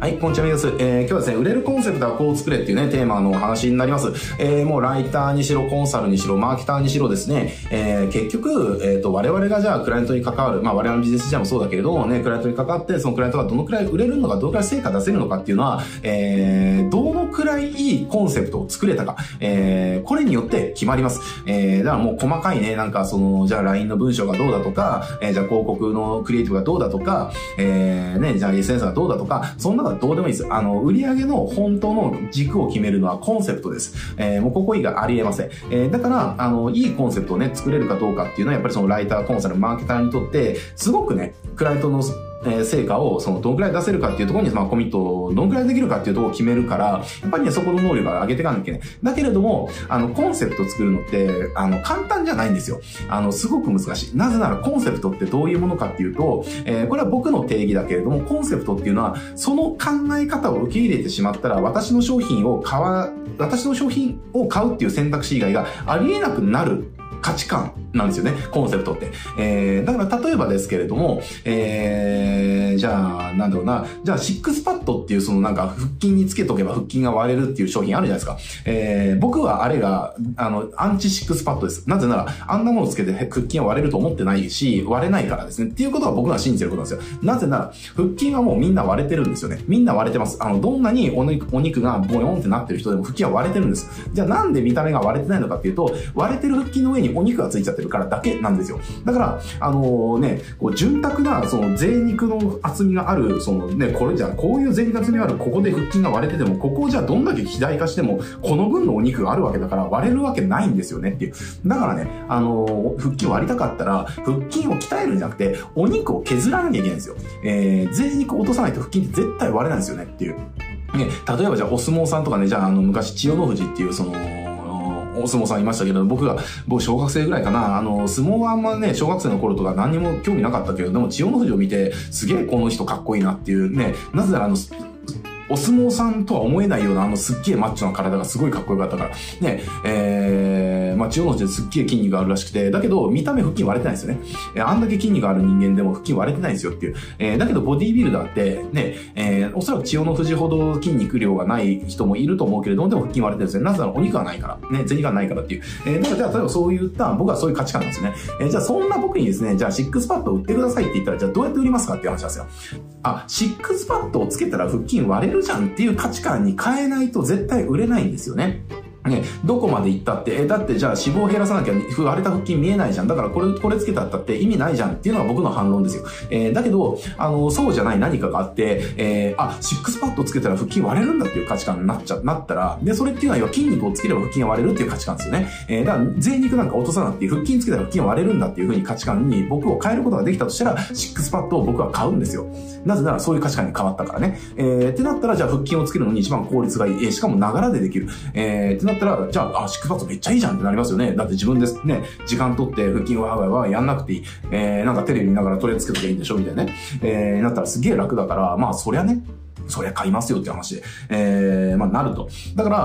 はい、こんにちは、みです。今日はですね、売れるコンセプトはこう作れっていうね、テーマの話になります。もうライターにしろ、コンサルにしろ、マーケターにしろですね、結局、我々がじゃあクライアントに関わる、我々のビジネスじゃもそうだけれどもね、クライアントに関わって、そのクライアントがどのくらい売れるのか、どのくらい成果出せるのかっていうのは、どのくらいいいコンセプトを作れたか、これによって決まります。だからもう細かいね、なんかじゃあ LINE の文章がどうだとか、じゃあ広告のクリエイティブがどうだとか、じゃあ SNS がどうだとか、そんなのはどうでもいいです。売上の本当の軸を決めるのはコンセプトです。もうここ以外ありえません。だから、いいコンセプトをね、作れるかどうかっていうのは、やっぱりそのライター、コンサル、マーケターにとって、すごくね、クライアントの成果をどのくらい出せるかっていうところにコミットをどのくらいできるかっていうところを決めるから、やっぱりね、そこの能力を上げていかなきゃいけない。だけれども、コンセプトを作るのって、簡単じゃないんですよ。すごく難しい。なぜならコンセプトってどういうものかっていうと、これは僕の定義だけれども、コンセプトっていうのは、その考え方を受け入れてしまったら、私の商品を買うっていう選択肢以外がありえなくなる価値観なんですよね、コンセプトって。だから例えばですけれども、じゃあ、なんだろうな、じゃあ、シックスパッドっていうなんか腹筋につけとけば腹筋が割れるっていう商品あるじゃないですか。僕はあれが、アンチシックスパッドです。なぜなら、あんなものつけて腹筋は割れると思ってないし、割れないからですね。っていうことは僕が信じてることなんですよ。なぜなら、腹筋はもうみんな割れてるんですよね。みんな割れてます。どんなにお肉がボヨンってなってる人でも腹筋は割れてるんです。じゃあなんで見た目が割れてないのかっていうと、割れてる腹筋の上にお肉がついちゃってるからだけなんですよ。だから、潤沢な、贅肉の厚みがある、これじゃあ、こういう贅肉の厚みがある、ここで腹筋が割れてても、ここをじゃあどんだけ肥大化しても、この分のお肉があるわけだから、割れるわけないんですよねっていう。だからね、腹筋を割りたかったら、腹筋を鍛えるんじゃなくて、お肉を削らなきゃいけないんですよ。贅肉を落とさないと腹筋って絶対割れないんですよねっていう。ね、例えばじゃあ、お相撲さんとかね、じゃあ、昔、千代の富士っていう、お相撲さんいましたけど、僕小学生ぐらいかな、相撲はあんまね、小学生の頃とか何にも興味なかったけど、でも千代の富士を見て、すげえこの人かっこいいなっていうね、なぜならお相撲さんとは思えないようなすっげえマッチョな体がすごいかっこよかったから。ね、千代の富士ですっげえ筋肉があるらしくて、だけど見た目腹筋割れてないんですよね。あんだけ筋肉ある人間でも腹筋割れてないんですよっていう。だけどボディービルダーってね、おそらく千代の富士ほど筋肉量がない人もいると思うけれども、でも腹筋割れてるんですよ。なぜならお肉がないから。ね、銭がないからっていう。だからじゃあ例えばそういった僕はそういう価値観なんですよね。じゃあそんな僕にですね、じゃあシックスパッドを売ってくださいって言ったら、じゃあどうやって売りますかっていう話なんですよ。シックスパッドをつけたら腹筋割れるじゃんっていう価値観に変えないと絶対売れないんですよね。ね、どこまで行ったって、だってじゃあ脂肪を減らさなきゃ割れた腹筋見えないじゃん。だからこれつけたって意味ないじゃんっていうのが僕の反論ですよ。だけど、そうじゃない何かがあって、シックスパッドをつけたら腹筋割れるんだっていう価値観になったら、で、それっていうのは筋肉をつければ腹筋が割れるっていう価値観ですよね。だから、贅肉なんか落とさなくて腹筋つけたら腹筋が割れるんだっていう風に価値観に僕を変えることができたとしたら、シックスパッドを僕は買うんですよ。なぜならそういう価値観に変わったからね。ってなったら、じゃあ腹筋をつけるのに一番効率がいい。しかもながらでできる。ってなったら、じゃあ、シックスパッドめっちゃいいじゃんってなりますよね。だって自分ですね、時間取って腹筋はやんなくていい。なんかテレビ見ながらとりあえずつけときゃいいんでしょみたいなね。なったらすげえ楽だから、そりゃ買いますよって話で、なると。だから、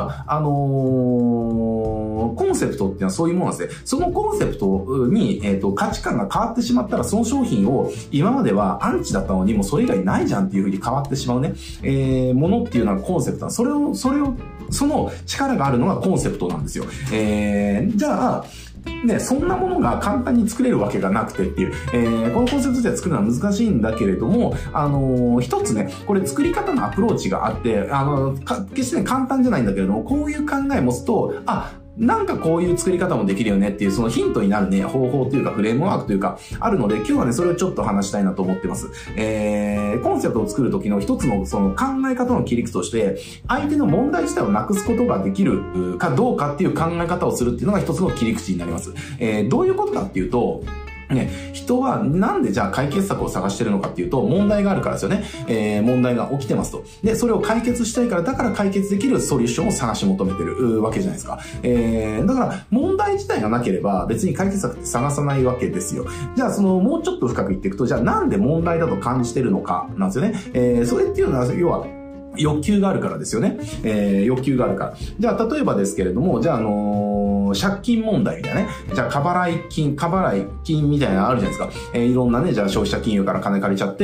コンセプトっていうのはそういうものなんですね。そのコンセプトに、価値観が変わってしまったら、その商品を今まではアンチだったのに、もうそれ以外ないじゃんっていう風に変わってしまうね。ものっていうのはコンセプトなん。その力があるのがコンセプトなんですよ。じゃあ、ね、そんなものが簡単に作れるわけがなくてっていう、このコンセプトで作るのは難しいんだけれども、一つね、これ作り方のアプローチがあって、決してね、簡単じゃないんだけれども、こういう考えを持つと、なんかこういう作り方もできるよねっていう、そのヒントになるね、方法というかフレームワークというか、あるので、今日はね、それをちょっと話したいなと思ってます。コンセプトを作る時の一つのその考え方の切り口として、相手の問題自体をなくすことができるかどうかっていう考え方をするっていうのが一つの切り口になります。どういうことかっていうと、ね、人はなんでじゃあ解決策を探してるのかっていうと、問題があるからですよね。問題が起きてますと。で、それを解決したいから、だから解決できるソリューションを探し求めてるわけじゃないですか。だから問題自体がなければ別に解決策って探さないわけですよ。じゃあもうちょっと深く言っていくと、じゃあなんで問題だと感じてるのかなんですよね。それっていうのは、要は、欲求があるからですよね。欲求があるから。じゃあ、例えばですけれども、じゃあ、 借金問題みたいなね。じゃあ、過払い金みたいなのあるじゃないですか。いろんなね、じゃあ消費者金融から金借りちゃって、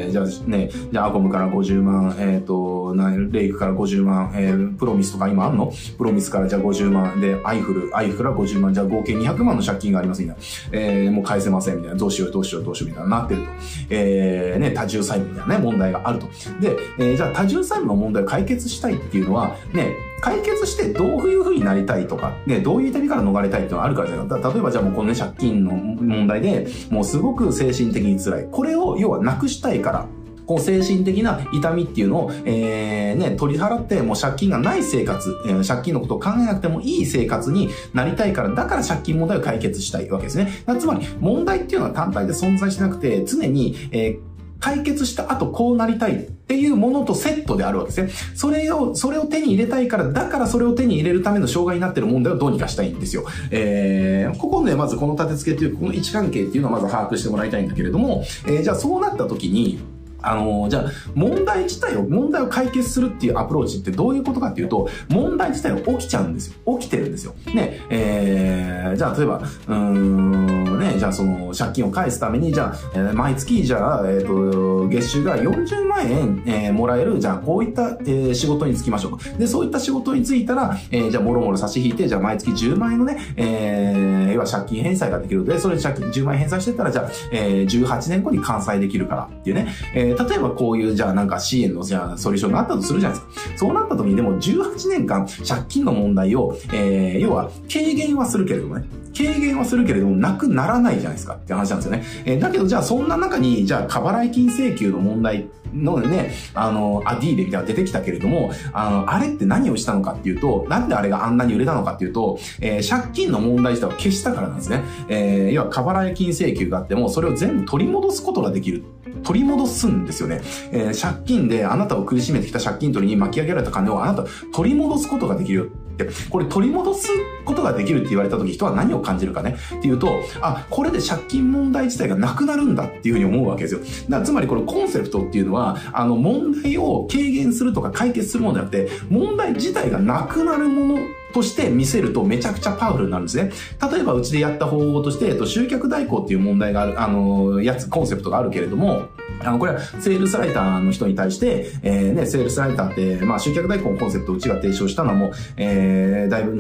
じゃあアコムから50万、レイクから50万、プロミスとか今あんの？プロミスからじゃあ50万で、アイフから50万、じゃあ合計200万の借金がありますみたいな。もう返せませんみたいな。どうしようみたいななってると。多重債務みたいなね、問題があると。で、じゃあ多重債務の問題を解決したいっていうのは、ね、解決してどういう風になりたいとか、ね、どういう痛みから逃れたいっていうのがあるからじゃないか。例えばじゃあもうこのね、借金の問題で、もうすごく精神的に辛い。これを要はなくしたいから、こう精神的な痛みっていうのを、取り払って、もう借金がない生活、借金のことを考えなくてもいい生活になりたいから、だから借金問題を解決したいわけですね。つまり、問題っていうのは単体で存在しなくて、常に、解決した後こうなりたいっていうものとセットであるわけですね。それを手に入れたいから、だからそれを手に入れるための障害になっている問題をどうにかしたいんですよ。ここでまずこの立て付けという、この位置関係っていうのをまず把握してもらいたいんだけれども、じゃあそうなった時に、じゃあ、問題を解決するっていうアプローチってどういうことかっていうと、問題自体が起きちゃうんですよ。起きてるんですよ。ね、じゃあ、例えば、じゃあその借金を返すために、じゃあ、毎月、じゃあ、月収が40万円、もらえる、じゃあ、こういった、仕事に就きましょうと。で、そういった仕事に就いたら、じゃあ、もろもろ差し引いて、じゃあ、毎月10万円のね、要は借金返済ができるので、それ借金10万円返済してたら、じゃあ、18年後に完済できるからっていうね、例えばこういうじゃあなんか支援のじゃあソリューションがあったとするじゃないですか。そうなった時にでも18年間借金の問題を、要は軽減はするけれどもね。なくならないじゃないですかって話なんですよね。だけどじゃあそんな中に、じゃあ過払い金請求の問題のね、ディーレみたいなのが出てきたけれども、あれって何をしたのかっていうと、なんであれがあんなに売れたのかっていうと、借金の問題自体を消したからなんですね。要は過払い金請求があっても、それを全部取り戻すことができる。取り戻すんですよね。借金であなたを苦しめてきた借金取りに巻き上げられた金をあなた取り戻すことができる。これ取り戻すことができるって言われた時人は何を感じるかねっていうと、これで借金問題自体がなくなるんだっていうふうに思うわけですよ。つまりこのコンセプトっていうのは、問題を軽減するとか解決するものじゃなくて、問題自体がなくなるものとして見せるとめちゃくちゃパワフルになるんですね。例えばうちでやった方法として、集客代行っていう問題がある、コンセプトがあるけれども、これはセールスライターの人に対して、セールスライターって、集客代行のコンセプトをうちが提唱したのはもう、だいぶ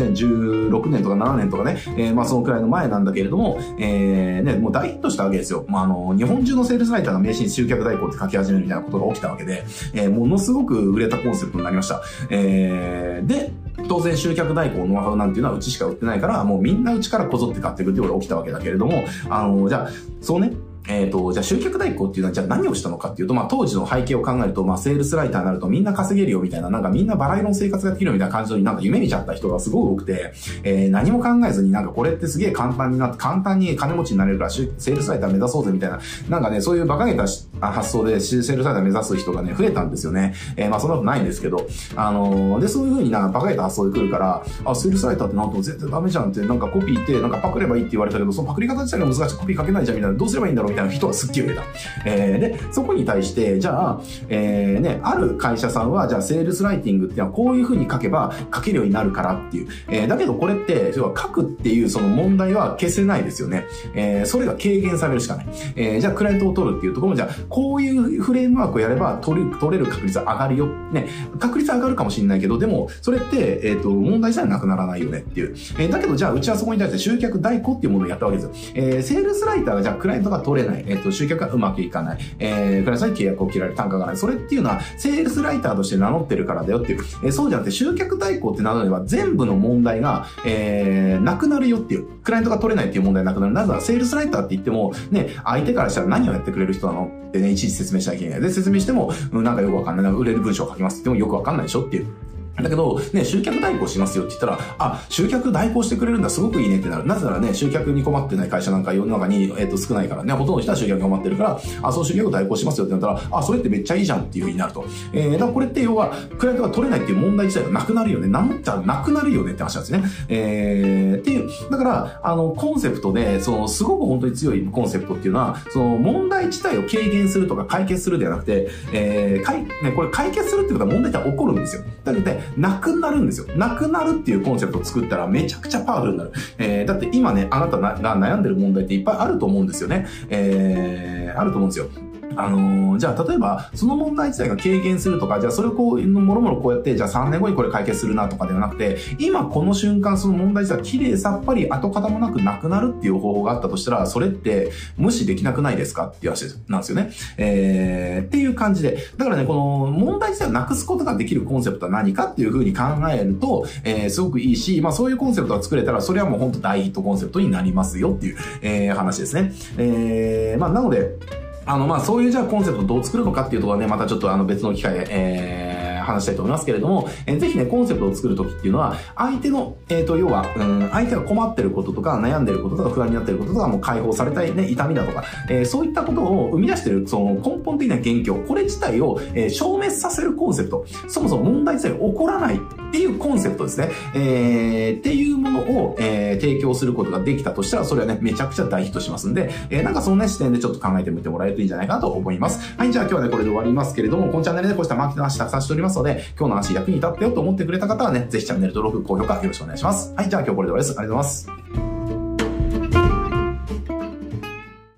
2016年とか7年とかね、そのくらいの前なんだけれども、もう大ヒットしたわけですよ。日本中のセールスライターが名刺に集客代行って書き始めるみたいなことが起きたわけで、ものすごく売れたコンセプトになりました。で、当然集客代行のノウハウなんていうのはうちしか売ってないから、もうみんなうちからこぞって買っていくってことが起きたわけだけれども、じゃあ、そうね、じゃあ集客代行っていうのはじゃあ何をしたのかっていうと、当時の背景を考えると、セールスライターになるとみんな稼げるよみたいな、なんかみんなバラ色の生活ができるみたいな感じのなんか夢見ちゃった人がすごい多くて、何も考えずになんかこれってすげえ簡単に金持ちになれるからセールスライター目指そうぜみたいな、なんかね、そういう馬鹿げた発想でセールスライター目指す人がね、増えたんですよね。そんなことないんですけど、で、そういう風に馬鹿げた発想で来るから、セールスライターってなんと絶対ダメじゃんって、なんかコピーってなんかパクればいいって言われたけど、そのパクリ方自体が難しい、コピー書けないじゃんみたいな、どうすればいいんだろうみたいな人がすっげえ増えた。で、そこに対して、じゃあ、ある会社さんは、じゃあ、セールスライティングっていうのはこういう風に書けば書けるようになるからっていう。だけどこれって、要は書くっていうその問題は消せないですよね。それが軽減されるしかない。じゃあ、クライアントを取るっていうところも、じゃあ、こういうフレームワークをやれば取れる確率は上がるよ。ね。確率は上がるかもしれないけど、でも、それって、問題自体なくならないよねっていう。だけど、じゃあ、うちはそこに対して集客代行っていうものをやったわけですよ。セールスライターが、じゃあ、クライアントが取れない。集客がうまくいかない。クライアントさんに契約を切られる、単価がない。それっていうのは、セールスライターとして名乗ってるからだよっていう。そうじゃなくて、集客代行って名乗れば、全部の問題が、なくなるよっていう。クライアントが取れないっていう問題なくなる。なぜなら、セールスライターって言っても、ね、相手からしたら何をやってくれる人なのってね、いちいち説明しなきゃいけない。で、説明しても、なんかよくわかんない。なんか売れる文章を書きますって言ってもよくわかんないでしょっていう。だけど、ね、集客代行しますよって言ったら、集客代行してくれるんだ、すごくいいねってなる。なぜならね、集客に困ってない会社なんか世の中に、少ないからね、ほとんどの人は集客に困ってるから、そう集客代行しますよってなったら、それってめっちゃいいじゃんっていう風になると。だからこれって要は、クライアントが取れないっていう問題自体がなくなるよね。名乗ったらなくなるよねって話なんですね。っていう、だから、コンセプトで、すごく本当に強いコンセプトっていうのは、問題自体を軽減するとか解決するではなくて、これ解決するってことは問題って起こるんですよ。だけどね、 なくなるんですよ。なくなるっていうコンセプトを作ったらめちゃくちゃパワフルになる。だって今ね、あなたが悩んでる問題っていっぱいあると思うんですよね。あると思うんですよ。じゃあ、例えば、その問題自体が軽減するとか、じゃあ、それをもろもろこうやって、じゃあ3年後にこれ解決するなとかではなくて、今この瞬間、その問題自体が綺麗さっぱり跡形もなくなくなるっていう方法があったとしたら、それって無視できなくないですかっていう話なんですよね。っていう感じで。だからね、この問題自体をなくすことができるコンセプトは何かっていう風に考えると、すごくいいし、まあそういうコンセプトが作れたら、それはもう本当大ヒットコンセプトになりますよっていう、話ですね。まあなので、まあ、そういうじゃあコンセプトをどう作るのかっていうところはね、またちょっと別の機会で、話したいと思いますけれども、ぜひね、コンセプトを作るときっていうのは、相手の、要は、相手が困ってることとか、悩んでることとか、不安になってることとか、もう解放されたいね、痛みだとか、そういったことを生み出してる、その根本的な元凶、これ自体を、消滅させるコンセプト、そもそも問題自体が起こらないっていうコンセプトですね。っていうものを、提供することができたとしたら、それはね、めちゃくちゃ大ヒットしますんで、なんかそのね、視点でちょっと考えてみてもらえるといいんじゃないかなと思います。はい、じゃあ今日はね、これで終わりますけれども、このチャンネルでこうしたマーケティングの話たくさんしておりますので、今日の話役に立ったよと思ってくれた方はね、ぜひチャンネル登録、高評価よろしくお願いします。はい、じゃあ今日これで終わりです。ありがとうございます。